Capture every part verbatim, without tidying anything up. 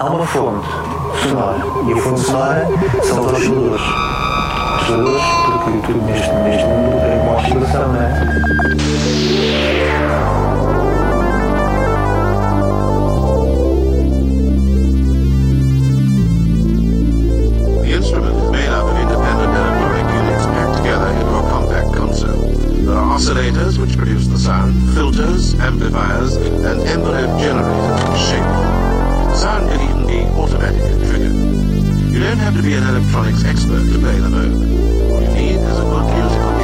há uma fonte sonora e a fonte sonora são os osciladores. Osciladores, porque tudo neste, neste mundo é uma oscilação, não é? The instrument is made up of independent electronic units packed together into a compact console. There are oscillators which produce the sound, filters, amplifiers, and envelope generators which shape it. Sound can even be automatically triggered. You don't have to be an electronics expert to play the mode. All you need is a good musical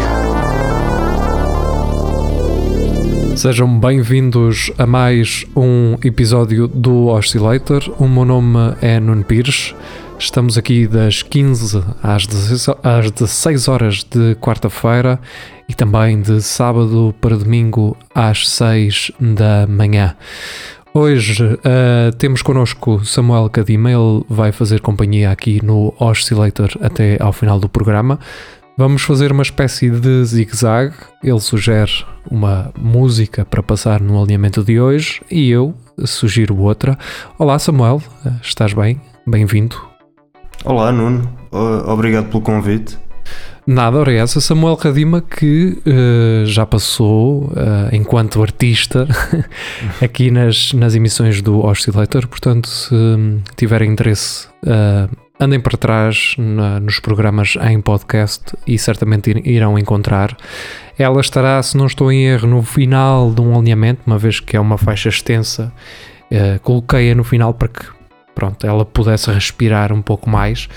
piano. Sejam bem-vindos a mais um episódio do Oscillator. O meu nome é Nuno Pires. Estamos aqui das quinze às dezesseis horas de quarta-feira e também de sábado para domingo às seis da manhã. Hoje uh, temos connosco Samuel Cadima, ele vai fazer companhia aqui no Oscillator até ao final do programa. Vamos fazer uma espécie de zigue-zague, ele sugere uma música para passar no alinhamento de hoje e eu sugiro outra. Olá Samuel, estás bem? Bem-vindo. Olá Nuno, obrigado pelo convite. Nada, ora essa, Samuel Cadima que uh, já passou uh, enquanto artista aqui nas, nas emissões do Oscillator, portanto se um, tiverem interesse uh, andem para trás na, nos programas em podcast e certamente irão encontrar. Ela estará, se não estou em erro, no final de um alinhamento, uma vez que é uma faixa extensa, uh, coloquei-a no final para que pronto, ela pudesse respirar um pouco mais.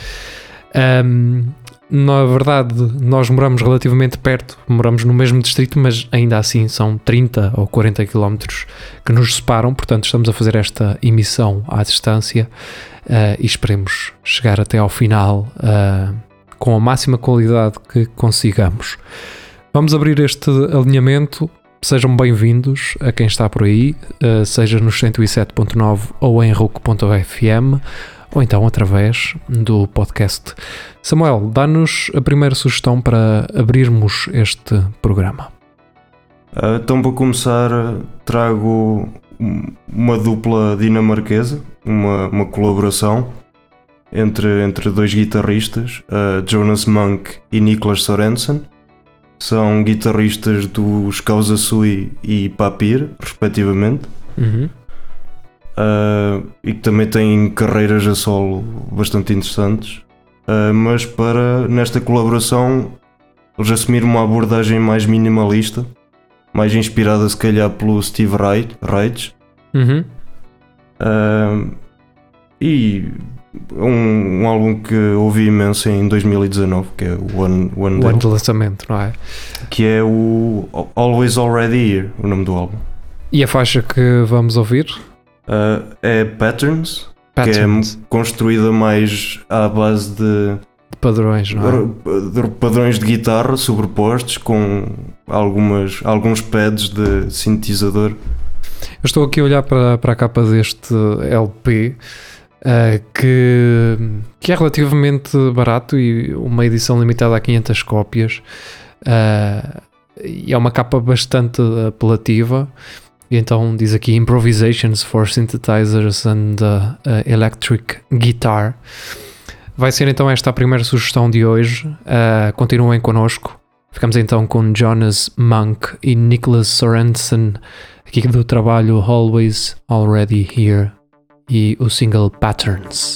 Um, na verdade, nós moramos relativamente perto, moramos no mesmo distrito, mas ainda assim são trinta ou quarenta quilómetros que nos separam, portanto estamos a fazer esta emissão à distância uh, e esperemos chegar até ao final uh, com a máxima qualidade que consigamos. Vamos abrir este alinhamento. Sejam bem-vindos a quem está por aí, uh, seja no cento e sete ponto nove ou em rock ponto f m ou então através do podcast. Samuel, dá-nos a primeira sugestão para abrirmos este programa. Uh, então, para começar, trago uma dupla dinamarquesa, uma, uma colaboração entre, entre dois guitarristas, uh, Jonas Munk e Niklas Sørensen. São guitarristas dos Causa Sui e Papir, respectivamente. Uhum. Uh, e que também têm carreiras a solo bastante interessantes. Uh, mas para, nesta colaboração, eles assumiram uma abordagem mais minimalista, mais inspirada se calhar pelo Steve Reich. Uhum. Uh, e um, um álbum que ouvi imenso em dois mil e dezanove, que é o One, One O ano de lançamento, não é? Que é o Always Already Here, o nome do álbum. E a faixa que vamos ouvir? Uh, é Patterns, Patterns, que é construída mais à base de, de padrões, não é? De padrões de guitarra sobrepostos com algumas, alguns pads de sintetizador. Eu estou aqui a olhar para, para a capa deste L P, uh, que, que é relativamente barato e uma edição limitada a quinhentas cópias. Uh, e é uma capa bastante apelativa. E então diz aqui Improvisations for Synthesizers and uh, uh, Electric Guitar. Vai ser então esta a primeira sugestão de hoje. Uh, continuem connosco. Ficamos então com Jonas Munk e Niklas Sørensen, aqui do trabalho Always Already Here e o single Patterns.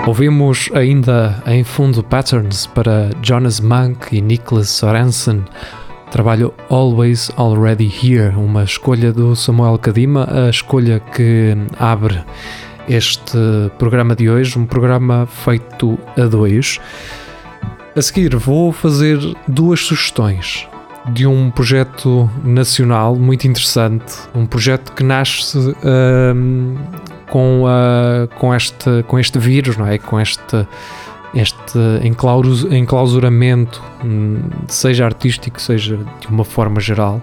Ouvimos ainda em fundo Patterns para Jonas Monk e Nicholas Sorensen, trabalho Always Already Here, uma escolha do Samuel Kadima, a escolha que abre este programa de hoje, um programa feito a dois. A seguir vou fazer duas sugestões de um projeto nacional muito interessante, um projeto que nasce um, com, a, com, este, com este vírus, não é? Com este, este enclaus, enclausuramento, seja artístico, seja de uma forma geral.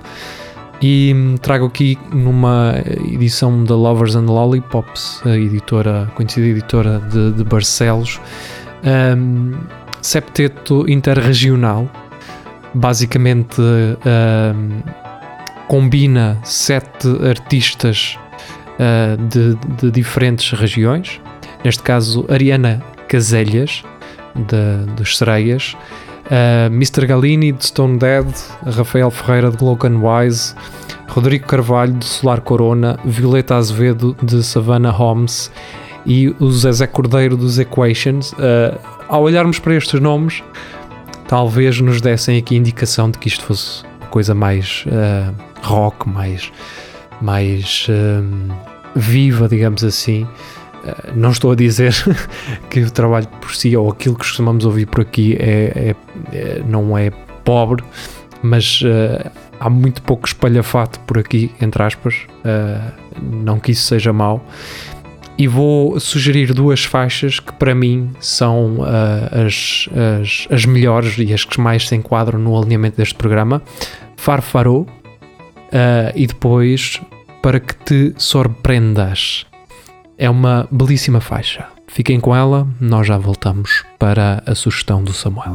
E trago aqui numa edição da Lovers and Lollipops, a editora, conhecida editora de, de Barcelos, um, septeto interregional. Basicamente uh, combina sete artistas uh, de, de diferentes regiões, neste caso Ariana Caselhas de, dos Sereias, uh, mister Galini de Stone Dead, Rafael Ferreira de Glockenwise, Wise, Rodrigo Carvalho de Solar Corona, Violeta Azevedo de Savannah Holmes e o Zezé Cordeiro dos Equations. Uh, ao olharmos para estes nomes, talvez nos dessem aqui indicação de que isto fosse coisa mais uh, rock, mais, mais uh, viva, digamos assim. Uh, não estou a dizer que o trabalho por si, ou aquilo que costumamos ouvir por aqui, é, é, é, não é pobre, mas uh, há muito pouco espalhafato por aqui, entre aspas, uh, não que isso seja mau. E vou sugerir duas faixas que para mim são uh, as, as, as melhores e as que mais se enquadram no alinhamento deste programa. Farfaró uh, e depois Para Que Te Sorprendas. É uma belíssima faixa. Fiquem com ela, nós já voltamos para a sugestão do Samuel.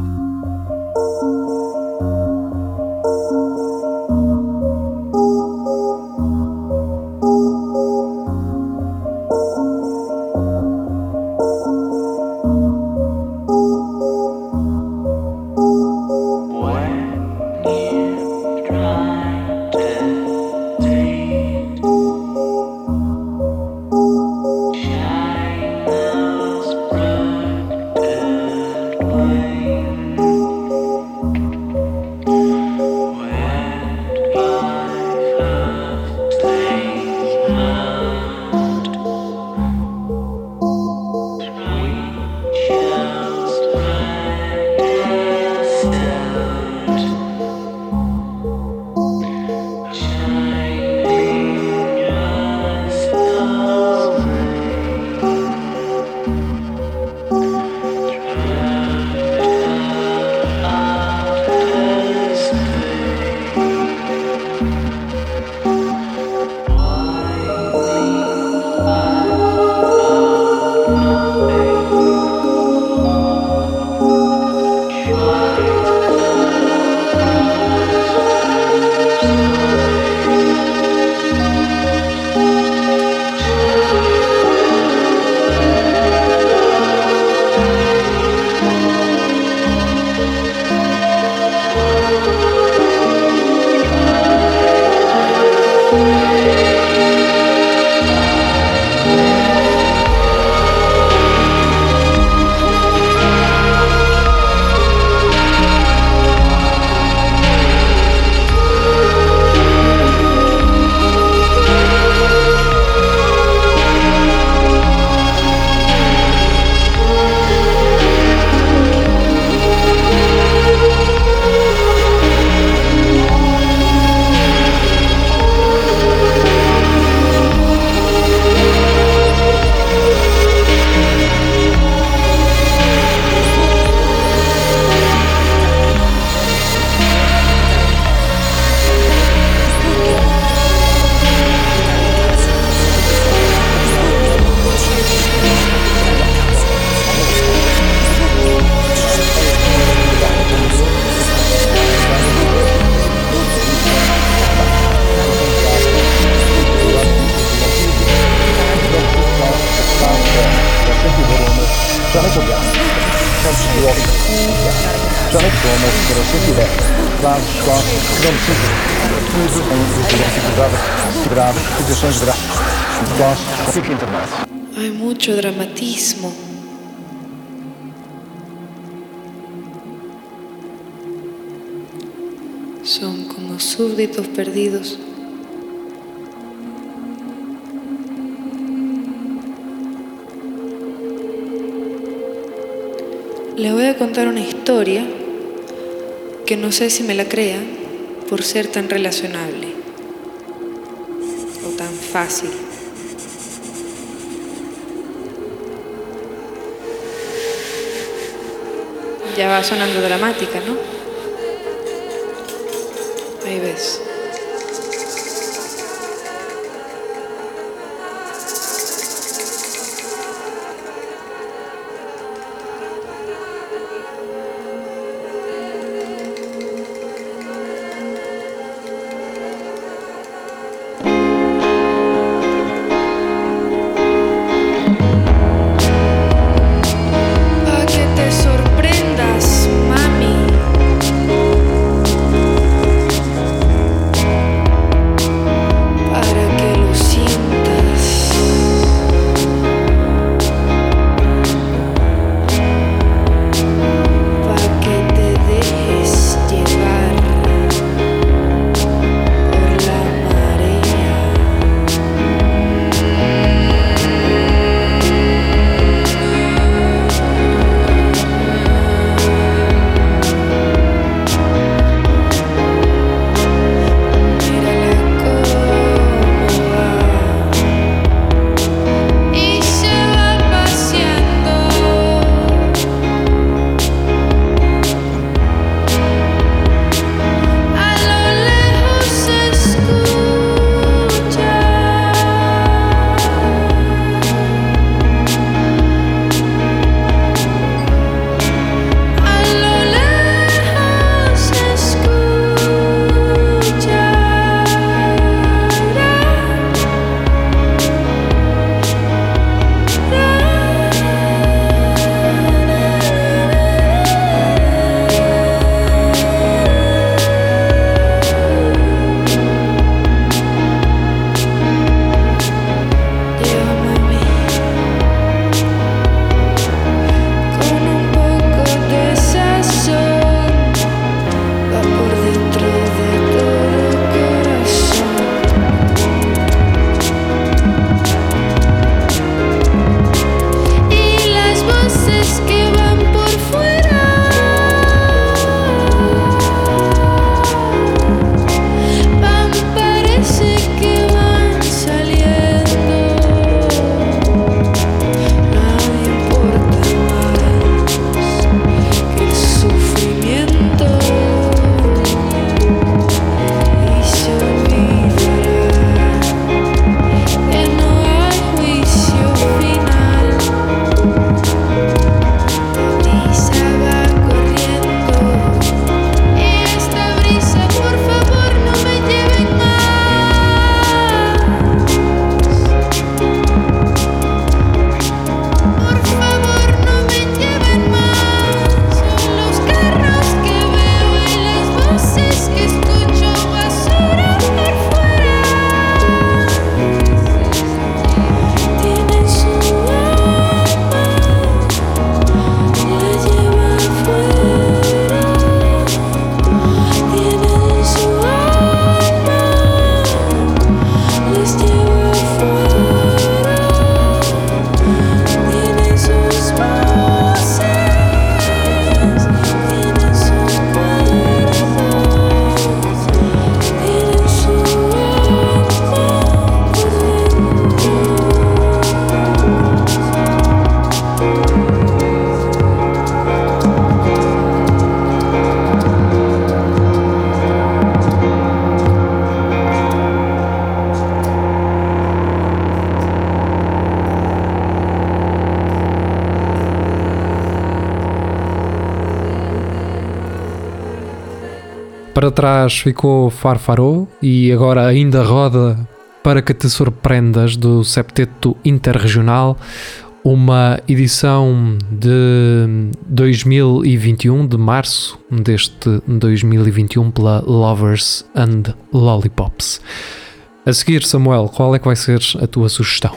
Hay mucho dramatismo. Son como súbditos perdidos. Les voy a contar una historia que no sé si me la crean por ser tan relacionable o tan fácil. Ya va sonando dramática, ¿no? Ahí ves. Para trás ficou Farfaró e agora ainda roda Para que te surpreendas do Septeto Interregional, uma edição de dois mil e vinte e um, de março deste dois mil e vinte e um, pela Lovers and Lollipops. A seguir, Samuel, qual é que vai ser a tua sugestão?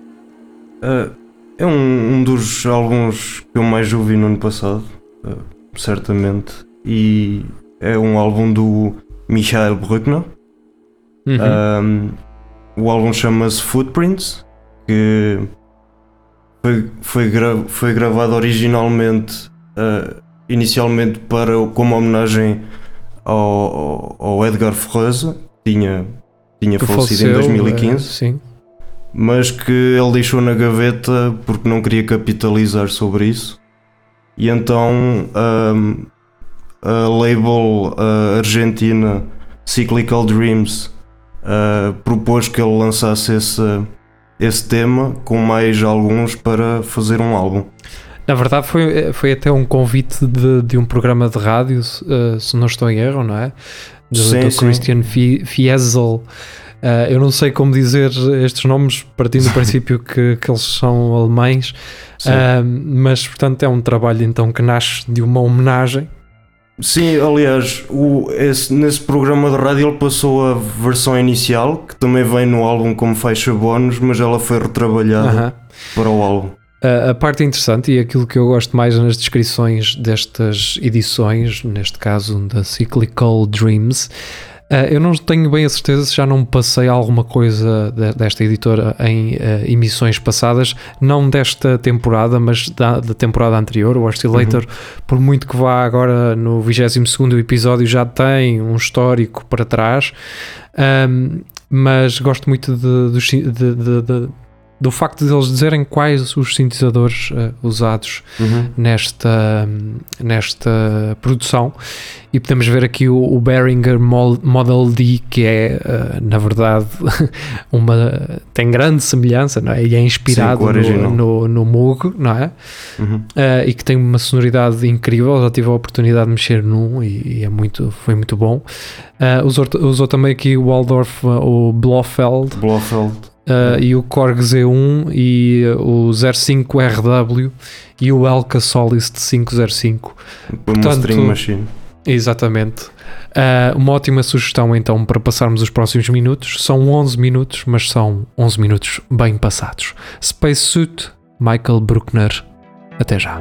Uh, é um, um dos álbuns que eu mais ouvi no ano passado, uh, certamente, e é um álbum do Michael Bruckner. Uhum. Um, o álbum chama-se Footprints, que foi, foi, gra foi gravado originalmente, uh, inicialmente para, como homenagem ao, ao Edgar Froese, que tinha, tinha Que falecido faleceu, em dois mil e quinze, eh, sim. mas que ele deixou na gaveta porque não queria capitalizar sobre isso. E então um, a label uh, argentina Cyclical Dreams Uh, propôs que ele lançasse esse, esse tema com mais alguns para fazer um álbum. Na verdade foi, foi até um convite de, de um programa de rádio, uh, se não estou em erro, não é? Do, Sim, do sim. Christian Fiesel. Uh, eu não sei como dizer estes nomes, partindo do princípio que, que eles são alemães, uh, mas portanto é um trabalho então que nasce de uma homenagem. Sim, aliás, o, esse, nesse programa de rádio ele passou a versão inicial, que também vem no álbum como faixa bónus, mas ela foi retrabalhada Uh-huh. para o álbum. Uh, a parte interessante e aquilo que eu gosto mais nas descrições destas edições, neste caso da Cyclical Dreams, uh, eu não tenho bem a certeza se já não passei alguma coisa de, desta editora em uh, emissões passadas, não desta temporada, mas da, da temporada anterior, o Oscillator, uhum. por muito que vá agora no vigésimo segundo episódio, já tem um histórico para trás, um, mas gosto muito de, de, de, de, de do facto de eles dizerem quais os sintetizadores uh, usados uhum. nesta, nesta produção, e podemos ver aqui o, o Behringer Model D, que é uh, na verdade uma, tem grande semelhança, não é? E é inspirado Sim, no, no, no Moog, não é? Uhum. Uh, e que tem uma sonoridade incrível. Já tive a oportunidade de mexer num e, e é muito, foi muito bom. Uh, usou, usou também aqui o Waldorf, o Blofeld, Blofeld. Uh, e o Korg Z um e o zero cinco R W e o Elka Solist cinco zero cinco. Uma string machine. Exatamente. Uh, uma ótima sugestão então para passarmos os próximos minutos. São onze minutos, mas são onze minutos bem passados. Spacesuit, Michael Bruckner. Até já.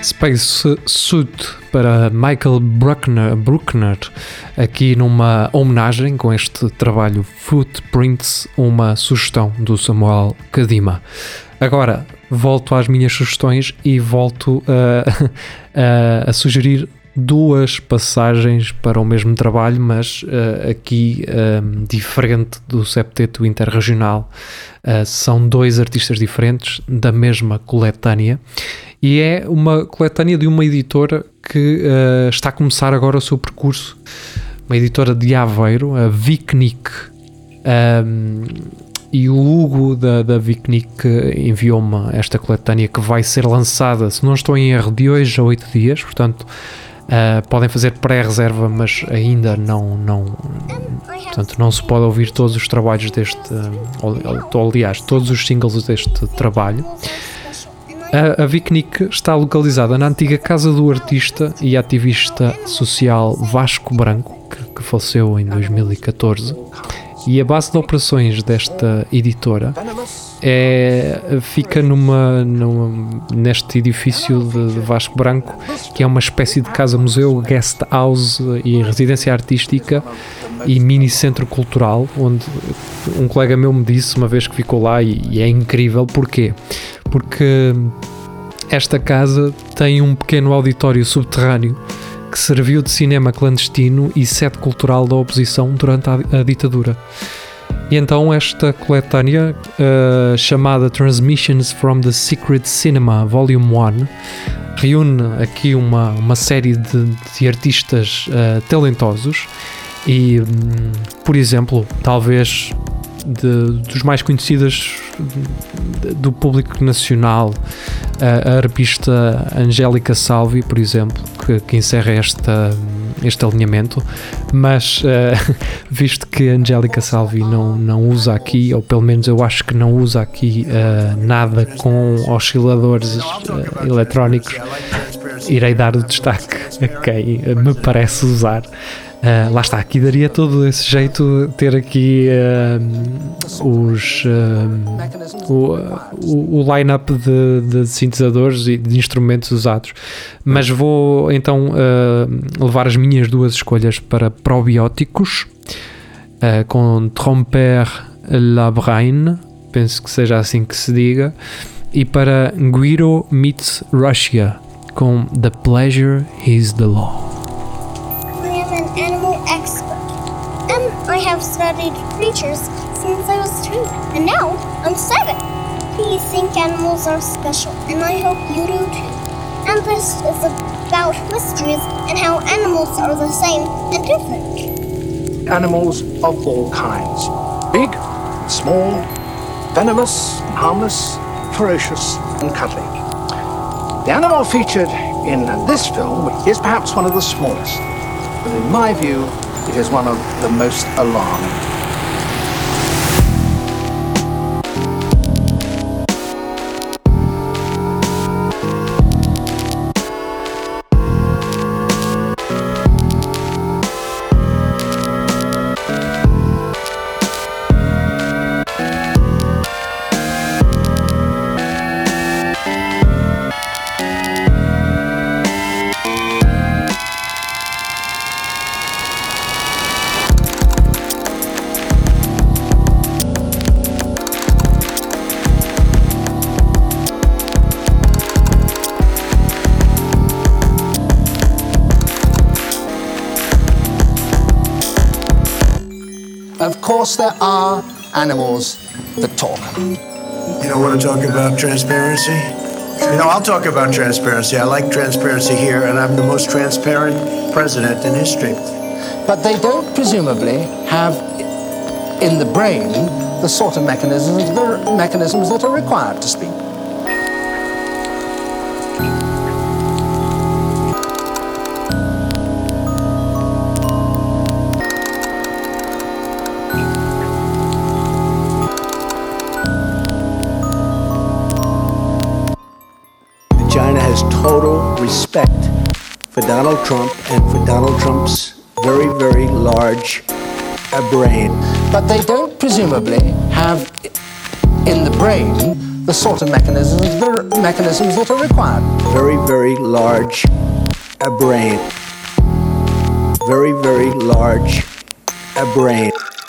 Space Suit para Michael Bruckner, Bruckner, aqui numa homenagem com este trabalho Footprints, uma sugestão do Samuel Kadima. Agora volto às minhas sugestões e volto a, a, a sugerir duas passagens para o mesmo trabalho, mas uh, aqui um, diferente do septeto interregional. Uh, são dois artistas diferentes da mesma coletânea e é uma coletânea de uma editora que uh, está a começar agora o seu percurso, uma editora de Aveiro, a Vicnic. Um, e o Hugo da, da Vicnic enviou-me esta coletânea que vai ser lançada, se não estou em erro, de hoje a oito dias, portanto Uh, podem fazer pré-reserva, mas ainda não, não, portanto, não se pode ouvir todos os trabalhos deste, ou, aliás, todos os singles deste trabalho. A, a Vicnic está localizada na antiga casa do artista e ativista social Vasco Branco, que, que faleceu em dois mil e catorze, e a base de operações desta editora é, fica numa, numa, neste edifício de, de Vasco Branco, que é uma espécie de casa-museu, guest house e residência artística e mini-centro cultural, onde um colega meu me disse uma vez que ficou lá, e, e é incrível. Porquê? Porque esta casa tem um pequeno auditório subterrâneo que serviu de cinema clandestino e sede cultural da oposição durante a, a ditadura. E então esta coletânea, uh, chamada Transmissions from the Secret Cinema Volume um, reúne aqui uma, uma série de, de artistas uh, talentosos e, um, por exemplo, talvez de, dos mais conhecidos de, do público nacional, uh, a arpista Angélica Salvi, por exemplo, que, que encerra esta, este alinhamento, mas uh, visto que a Angélica Salvi não, não usa aqui, ou pelo menos eu acho que não usa aqui uh, nada com osciladores uh, eletrónicos, irei dar o destaque a quem me parece usar. Uh, lá está, aqui daria todo esse jeito ter aqui uh, os uh, o, o, o line-up de, de sintetizadores e de instrumentos usados, mas vou então uh, levar as minhas duas escolhas para probióticos, uh, com Tromper Labraine, penso que seja assim que se diga, e para Guido meets Russia com The Pleasure is the Law. Animal expert, and I have studied creatures since I was two, and now I'm seven. We think animals are special, and I hope you do too. And this is about mysteries and how animals are the same and different. Animals of all kinds, big and small, venomous and harmless, ferocious and cuddly. The animal featured in this film is perhaps one of the smallest, but in my view, it is one of the most alarming. Of course there are animals that talk. You don't want to talk about transparency? You know, I'll talk about transparency. I like transparency here, and I'm the most transparent president in history. But they don't presumably have in the brain the sort of mechanisms that are, mechanisms that are required to speak. China has total respect for Donald Trump and for Donald Trump's very, very large uh, brain. But they don't presumably have in the brain the sort of mechanisms, the mechanisms that are required. Very, very large a brain. Very, very large a brain.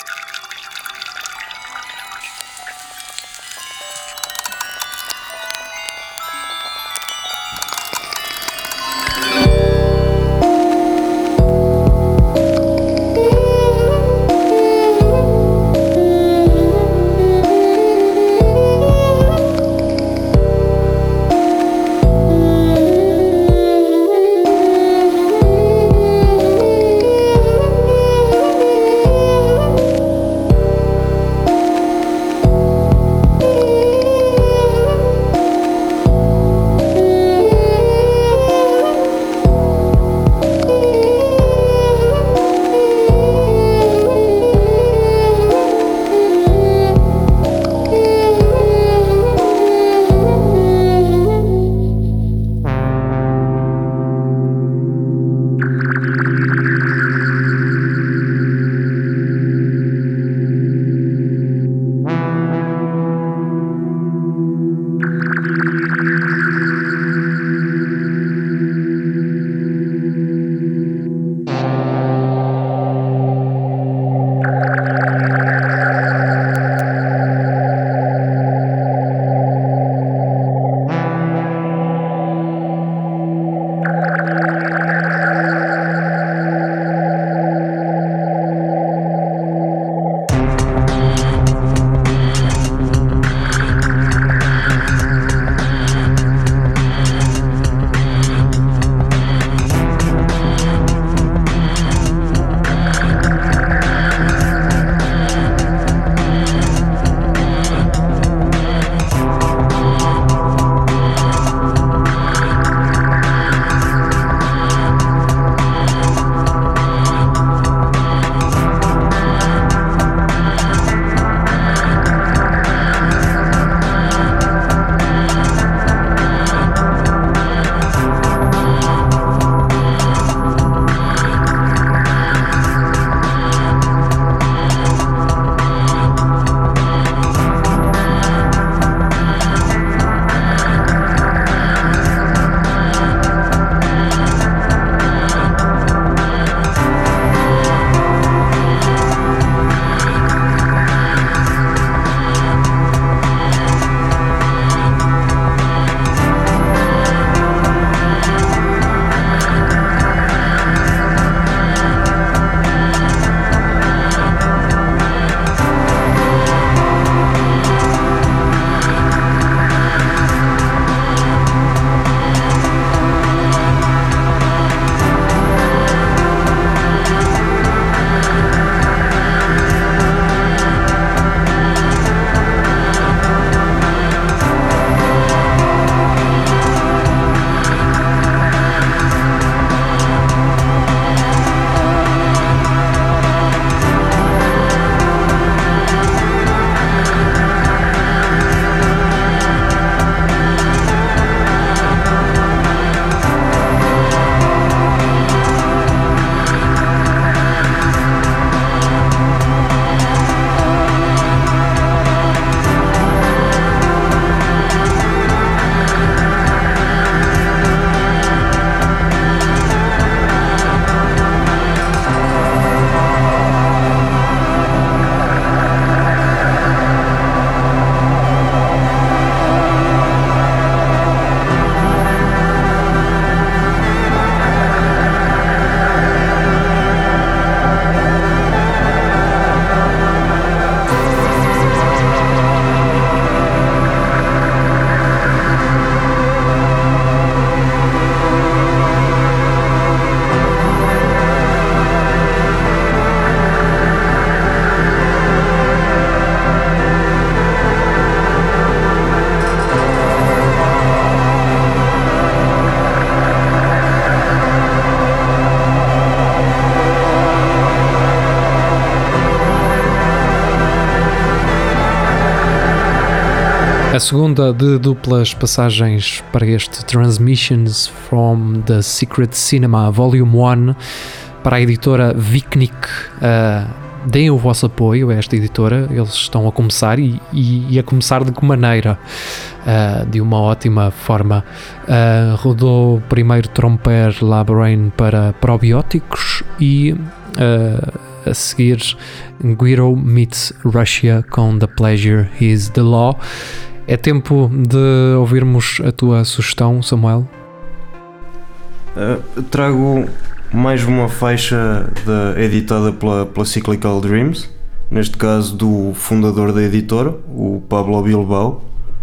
A segunda de duplas passagens para este Transmissions from the Secret Cinema Volume um, para a editora Vicnic, uh, deem o vosso apoio a esta editora, eles estão a começar e, e, e a começar de que maneira? Uh, de uma ótima forma. Uh, rodou primeiro Tromper Labrain para probióticos e uh, a seguir Guido meets Russia com The Pleasure is the Law. É tempo de ouvirmos a tua sugestão, Samuel. Uh, trago mais uma faixa da, editada pela, pela Cyclical Dreams, neste caso do fundador da editora, o Pablo Bilbao,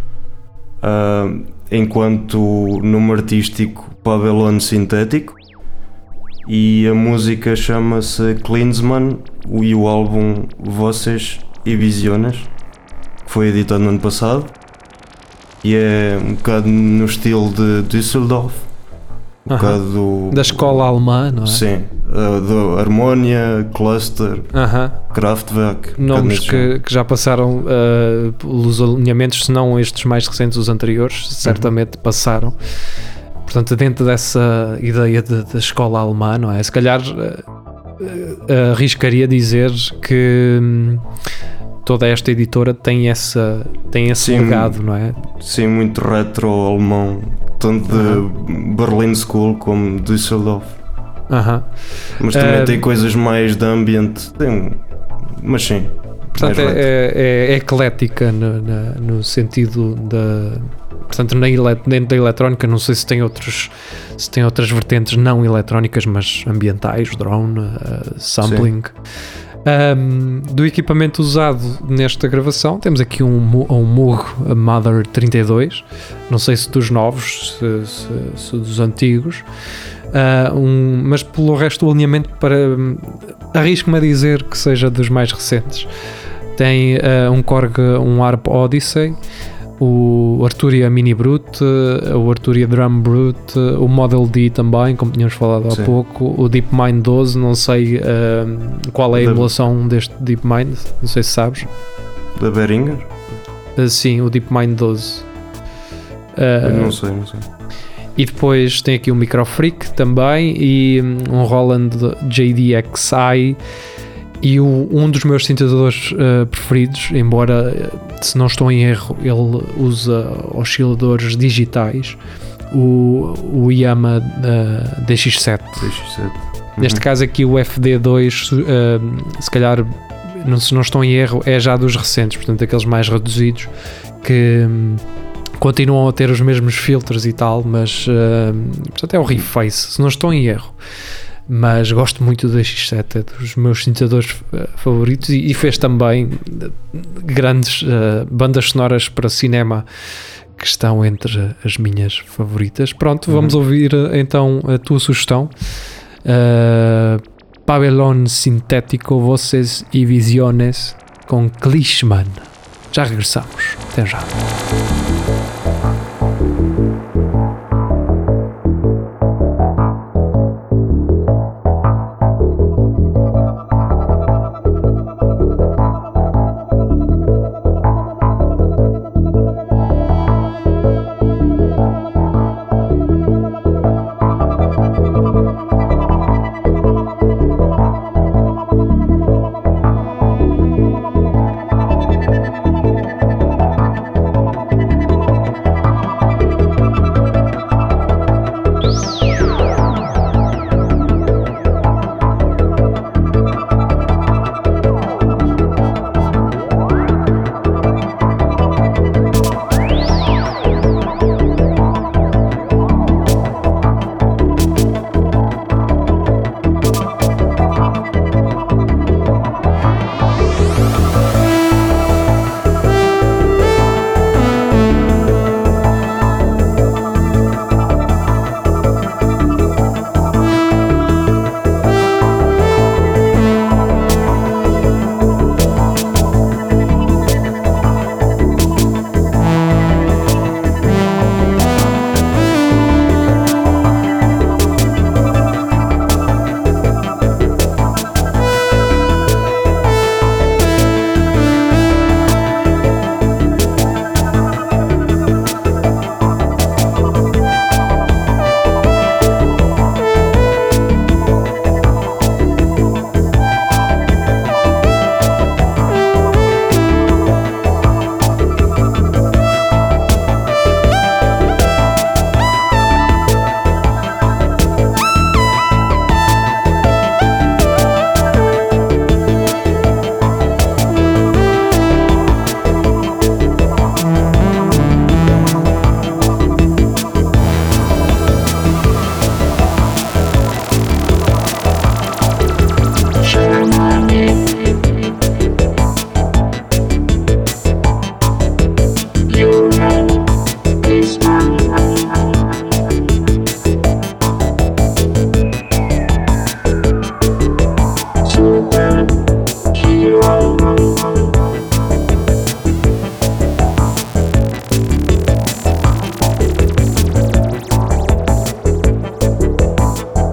uh, enquanto nome artístico Pabellon Sintético, e a música chama-se Klinsmann e o álbum Voces e Visiones, que foi editado no ano passado, e é um bocado no estilo de Düsseldorf. Um uh-huh. da escola alemã, não é? Sim, uh, do Harmonia, Cluster, uh-huh. Kraftwerk, nomes que, que já passaram uh, pelos alinhamentos, se não estes mais recentes, os anteriores, certamente uh-huh. passaram. Portanto, dentro dessa ideia de, de escola alemã, não é? Se calhar uh, uh, arriscaria dizer que hum, toda esta editora tem, essa, tem esse sim, legado, não é? Sim, muito retro alemão. Tanto de uh-huh. Berlin School como de Düsseldorf. Uh-huh. Mas também uh, tem coisas mais de ambiente. Tem, mas sim. Portanto, é, é, é eclética no, na, no sentido da. Portanto, na ele, dentro da eletrónica, não sei se tem, outros, se tem outras vertentes não eletrónicas, mas ambientais, drone, uh, sampling. Um, do equipamento usado nesta gravação temos aqui um, um Moog Mother trinta e dois, não sei se dos novos, se, se, se dos antigos, uh, um, mas pelo resto o alinhamento para arrisco-me a dizer que seja dos mais recentes. Tem uh, um Korg, um Harp Odyssey, o Arturia Mini Brute, o Arturia Drum Brute, o Model D também, como tínhamos falado há Sim. pouco, o DeepMind doze, não sei uh, qual é a emulação deste DeepMind, não sei se sabes. Da Behringer? Uh, sim, o DeepMind doze. Uh, não sei, não sei. E depois tem aqui um Microfreak também e um Roland J D X I. E o, um dos meus sintetizadores uh, preferidos, embora, se não estou em erro, ele usa osciladores digitais, o, o Yamaha uh, D X sete. D X sete. Uhum. Neste caso aqui o F D dois, uh, se calhar, não, se não estou em erro, é já dos recentes, portanto aqueles mais reduzidos, que um, continuam a ter os mesmos filtros e tal, mas uh, portanto é o Reface, se não estou em erro. Mas gosto muito do D X sete, é dos meus sintetizadores favoritos, e, e fez também grandes uh, bandas sonoras para cinema que estão entre as minhas favoritas. Pronto, uhum. vamos ouvir então a tua sugestão. uh, Pabellon Sintético, Voces e Visiones com Klinsmann. Já regressamos, até já.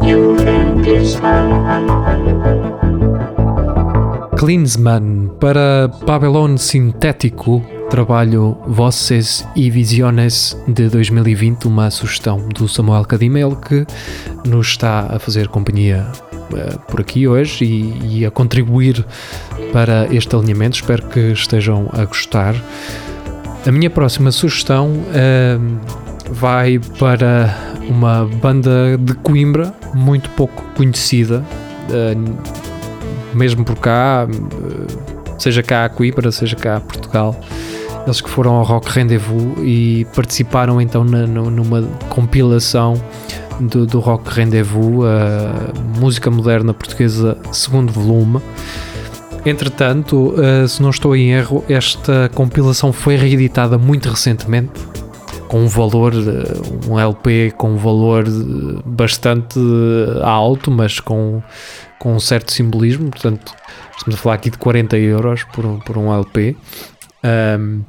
Klinsmann para Babylon Sintético, trabalho Voces e Visiones de dois mil e vinte, uma sugestão do Samuel Kadima, ele que nos está a fazer companhia uh, por aqui hoje e, e a contribuir para este alinhamento. Espero que estejam a gostar. A minha próxima sugestão uh, vai para uma banda de Coimbra muito pouco conhecida, uh, mesmo por cá, seja cá a Coimbra, seja cá a Portugal. Eles que foram ao Rock Rendezvous e participaram então na, numa compilação do, do Rock Rendezvous, a música moderna portuguesa, segundo volume. Entretanto, se não estou em erro, esta compilação foi reeditada muito recentemente, com um valor, um L P com um valor bastante alto, mas com, com um certo simbolismo. Portanto, estamos a falar aqui de quarenta euros por, por um L P. Um,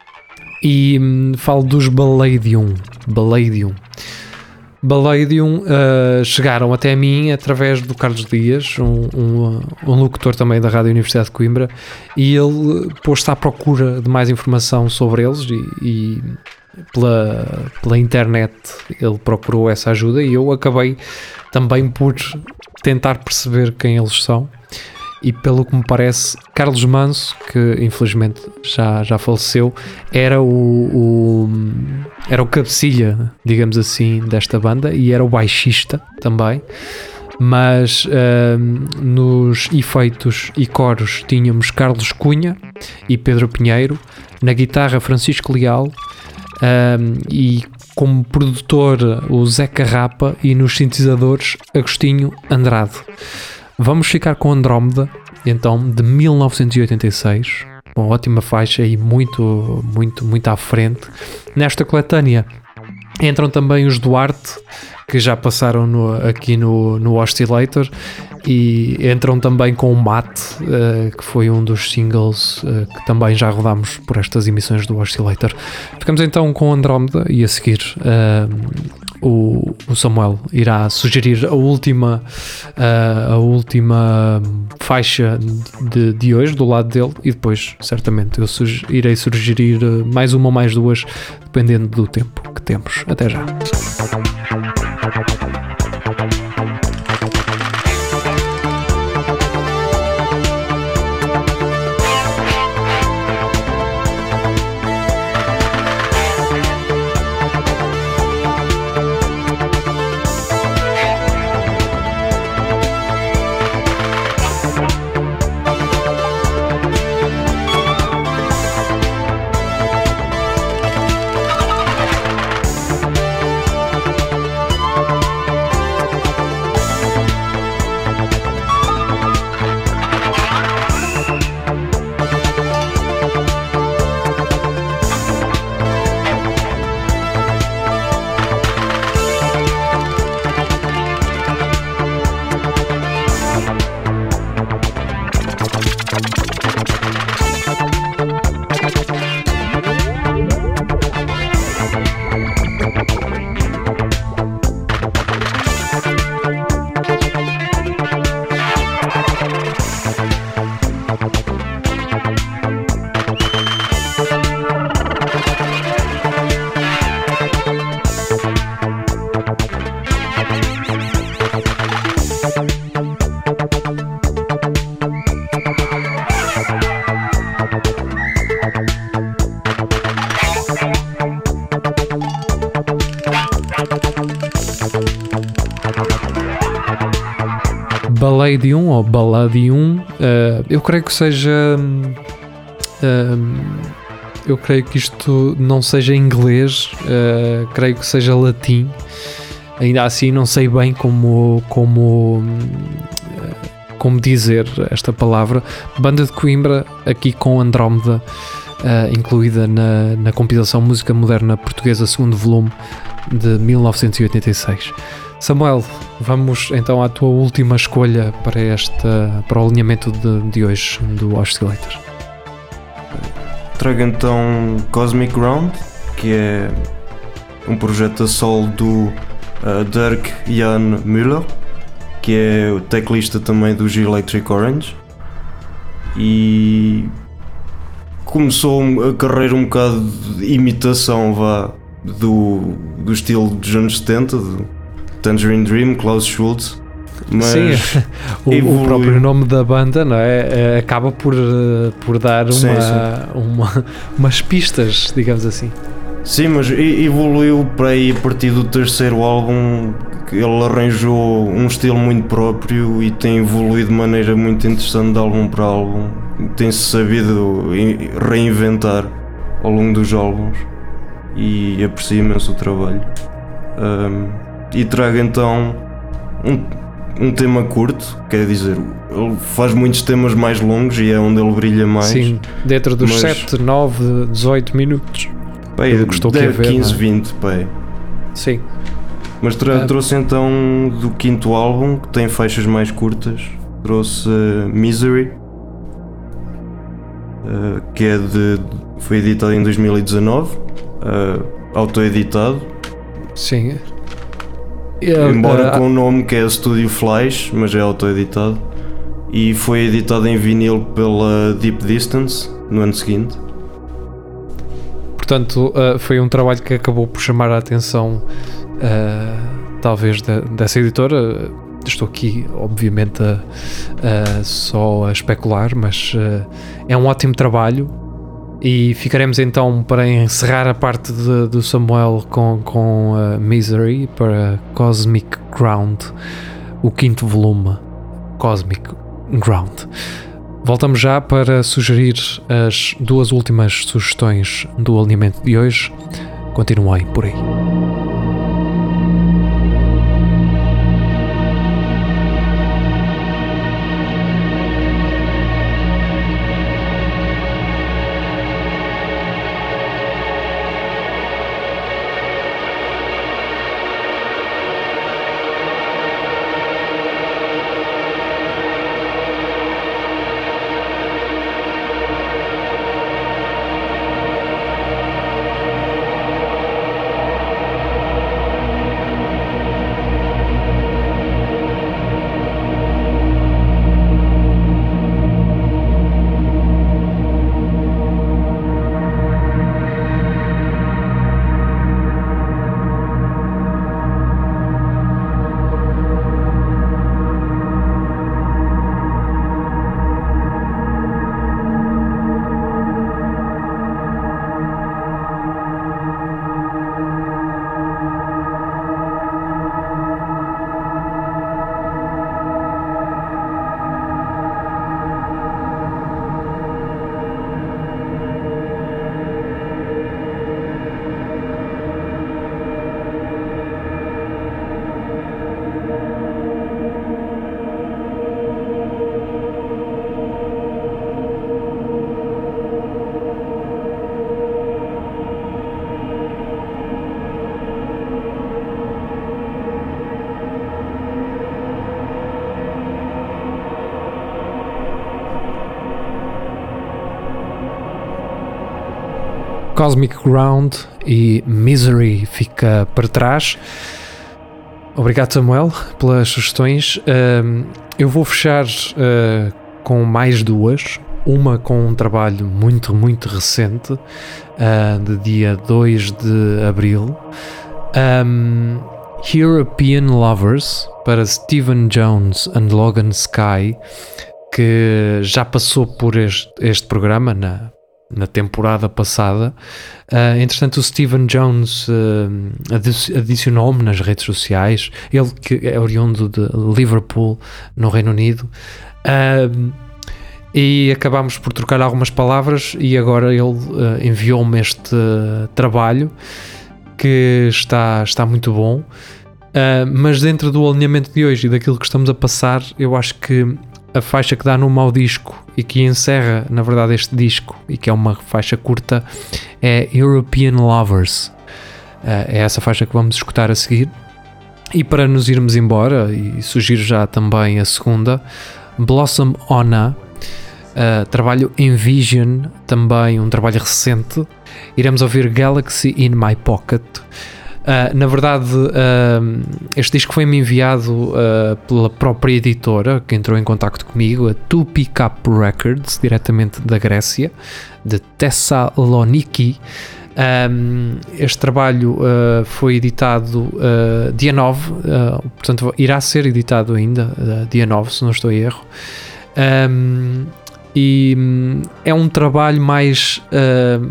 e hum, falo dos Balladium. Balladium. Balladium uh, chegaram até mim através do Carlos Dias, um, um, um locutor também da Rádio Universidade de Coimbra, e ele pôs-se à procura de mais informação sobre eles e, e pela, pela internet ele procurou essa ajuda e eu acabei também por tentar perceber quem eles são. E pelo que me parece, Carlos Manso, que infelizmente já, já faleceu, era o, o, era o cabecilha, digamos assim, desta banda e era o baixista também. Mas uh, nos efeitos e coros tínhamos Carlos Cunha e Pedro Pinheiro, na guitarra Francisco Leal uh, e como produtor o Zé Carrapa e nos sintetizadores Agostinho Andrade. Vamos ficar com Andrómeda, então, de mil novecentos e oitenta e seis, uma ótima faixa e muito, muito, muito à frente. Nesta coletânea entram também os Duarte, que já passaram no, aqui no, no Oscillator, e entram também com o Mate, uh, que foi um dos singles uh, que também já rodámos por estas emissões do Oscillator. Ficamos então com Andrómeda e a seguir uh, o, o Samuel irá sugerir a última, uh, a última faixa de, de hoje do lado dele e depois certamente eu suge- irei sugerir mais uma ou mais duas, dependendo do tempo que temos. Até já. Balladium ou Balladium, uh, eu creio que seja uh, eu creio que isto não seja inglês, uh, creio que seja latim, ainda assim não sei bem como como, uh, como dizer esta palavra. Banda de Coimbra aqui com Andrómeda uh, incluída na, na compilação Música Moderna Portuguesa segundo volume de mil novecentos e oitenta e seis. Samuel, vamos então à tua última escolha para, esta, para o alinhamento de, de hoje do Oscillator. Trago então Cosmic Ground, que é um projeto a solo do uh, Dirk Jan Müller, que é o teclista também dos Electric Orange, e começou a carreira um bocado de imitação, vá, do, do estilo dos anos setenta, do Tangerine Dream, Klaus Schulze. Mas sim, o, o próprio nome da banda, não é? Acaba por, por dar uma, sim, sim. Uma, umas pistas, digamos assim. Sim, mas evoluiu para aí a partir do terceiro álbum. Ele arranjou um estilo muito próprio e tem evoluído de maneira muito interessante de álbum para álbum. Tem-se sabido reinventar ao longo dos álbuns e aprecio imenso o trabalho. Um, e trago então um, um tema curto, quer dizer, ele faz muitos temas mais longos e é onde ele brilha mais. Sim, dentro dos mas... sete, nove, dezoito minutos. Pai, deve quinze, vinte, pai. Sim. Mas tra- ah. trouxe então do quinto álbum, que tem faixas mais curtas, trouxe uh, Misery, uh, que é de, foi editado em dois mil e dezanove, uh, auto-editado. Sim. Embora uh, com o nome que é Studio Flash, mas é auto-editado. E foi editado em vinil pela Deep Distance no ano seguinte. Portanto, uh, foi um trabalho que acabou por chamar a atenção, uh, talvez, de, dessa editora. Estou aqui, obviamente, a, a, só a especular, mas uh, é um ótimo trabalho. E ficaremos então, para encerrar a parte de, do Samuel com, com uh, Misery, para Cosmic Ground, o quinto volume, Cosmic Ground. Voltamos já para sugerir as duas últimas sugestões do alinhamento de hoje. Continuem por aí. Cosmic Ground e Misery fica para trás. Obrigado, Samuel, pelas sugestões. Uh, eu vou fechar uh, com mais duas. Uma com um trabalho muito, muito recente, uh, de dia dois de abril. Um, European Lovers, para Stephen Jones and Logan Sky, que já passou por este, este programa na na temporada passada. Uh, entretanto, o Stephen Jones uh, adicionou-me nas redes sociais, ele que é oriundo de Liverpool, no Reino Unido, uh, e acabámos por trocar algumas palavras, e agora ele uh, enviou-me este uh, trabalho que está, está muito bom, uh, mas dentro do alinhamento de hoje e daquilo que estamos a passar, eu acho que a faixa que dá nome ao disco e que encerra, na verdade, este disco, e que é uma faixa curta, é European Lovers. É essa faixa que vamos escutar a seguir. E para nos irmos embora, e sugiro já também a segunda, Blossom Ona, uh, trabalho Envision, também um trabalho recente. Iremos ouvir Galaxy in My Pocket, Uh, na verdade, uh, este disco foi-me enviado uh, pela própria editora que entrou em contacto comigo, a Two Pick Up Records, diretamente da Grécia, de Thessaloniki. Um, este trabalho uh, foi editado uh, dia nove, uh, portanto irá ser editado ainda uh, dia nove, se não estou em erro. Um, e um, é um trabalho mais uh,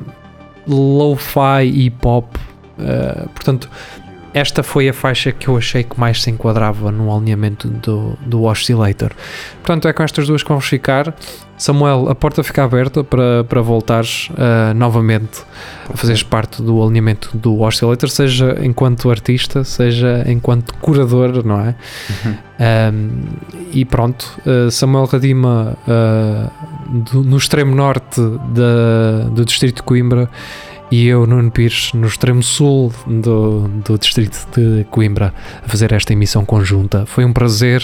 lo-fi e hip-hop, uh, portanto esta foi a faixa que eu achei que mais se enquadrava no alinhamento do, do Oscillator. Portanto, é com estas duas que vamos ficar. Samuel, a porta fica aberta para, para voltares uh, novamente a fazeres parte do alinhamento do Oscillator, seja enquanto artista, seja enquanto curador, não é? Uhum. Um, e pronto, uh, Samuel Radima, uh, do, no extremo norte da, do distrito de Coimbra, e eu, Nuno Pires, no extremo sul do, do distrito de Coimbra, a fazer esta emissão conjunta. Foi um prazer.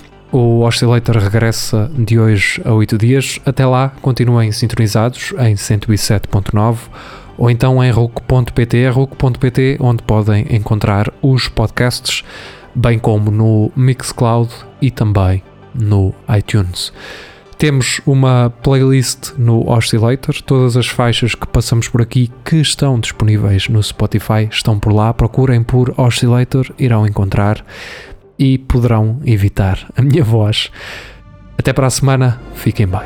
O Oscillator regressa de hoje a oito dias. Até lá, continuem sintonizados em cento e sete ponto nove ou então em ruc ponto pt, ruc ponto pt, onde podem encontrar os podcasts, bem como no Mixcloud e também no iTunes. Temos uma playlist no Oscillator, todas as faixas que passamos por aqui que estão disponíveis no Spotify estão por lá. Procurem por Oscillator, irão encontrar e poderão evitar a minha voz. Até para a semana, fiquem bem.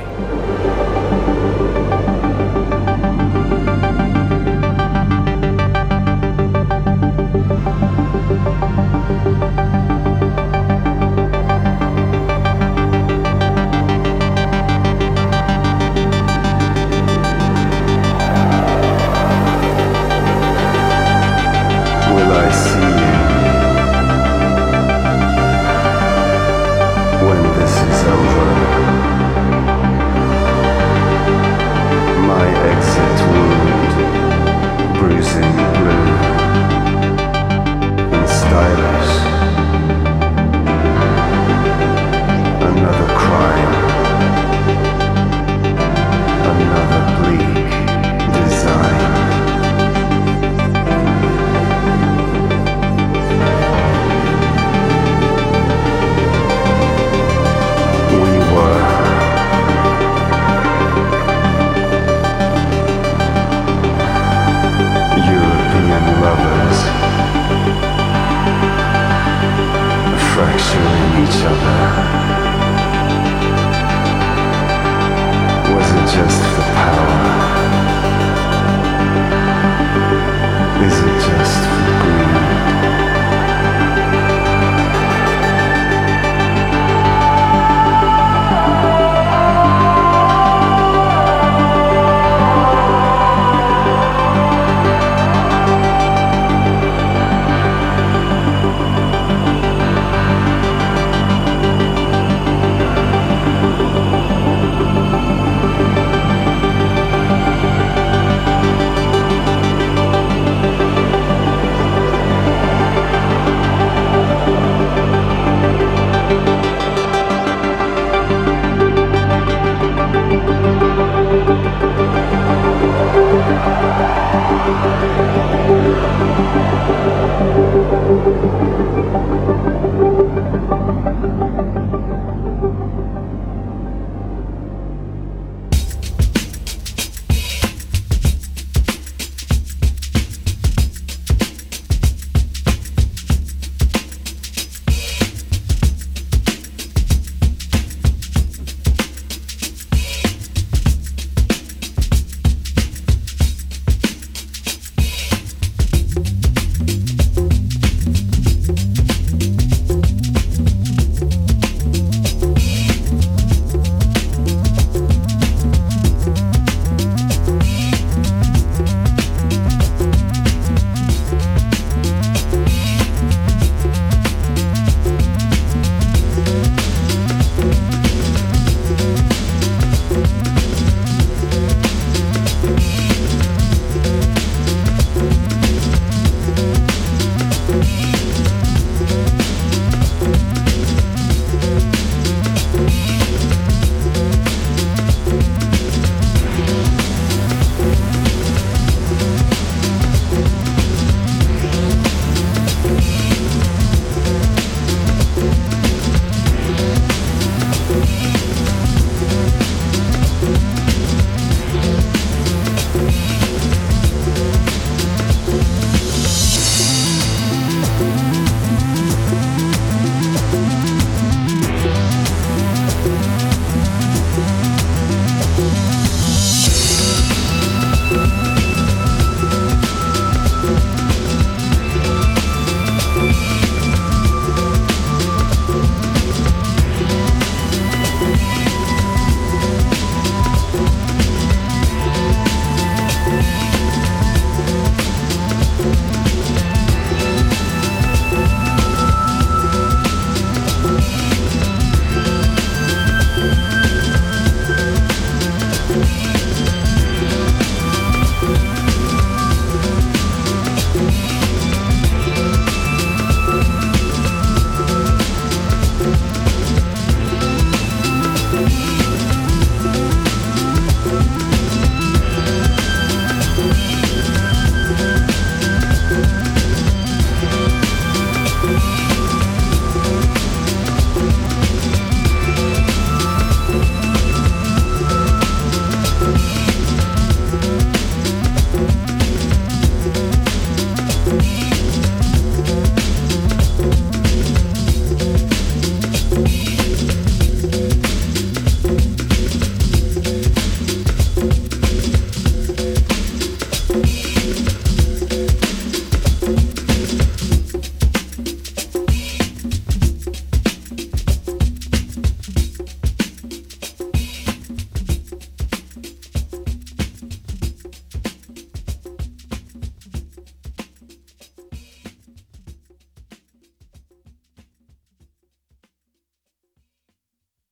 Just for power.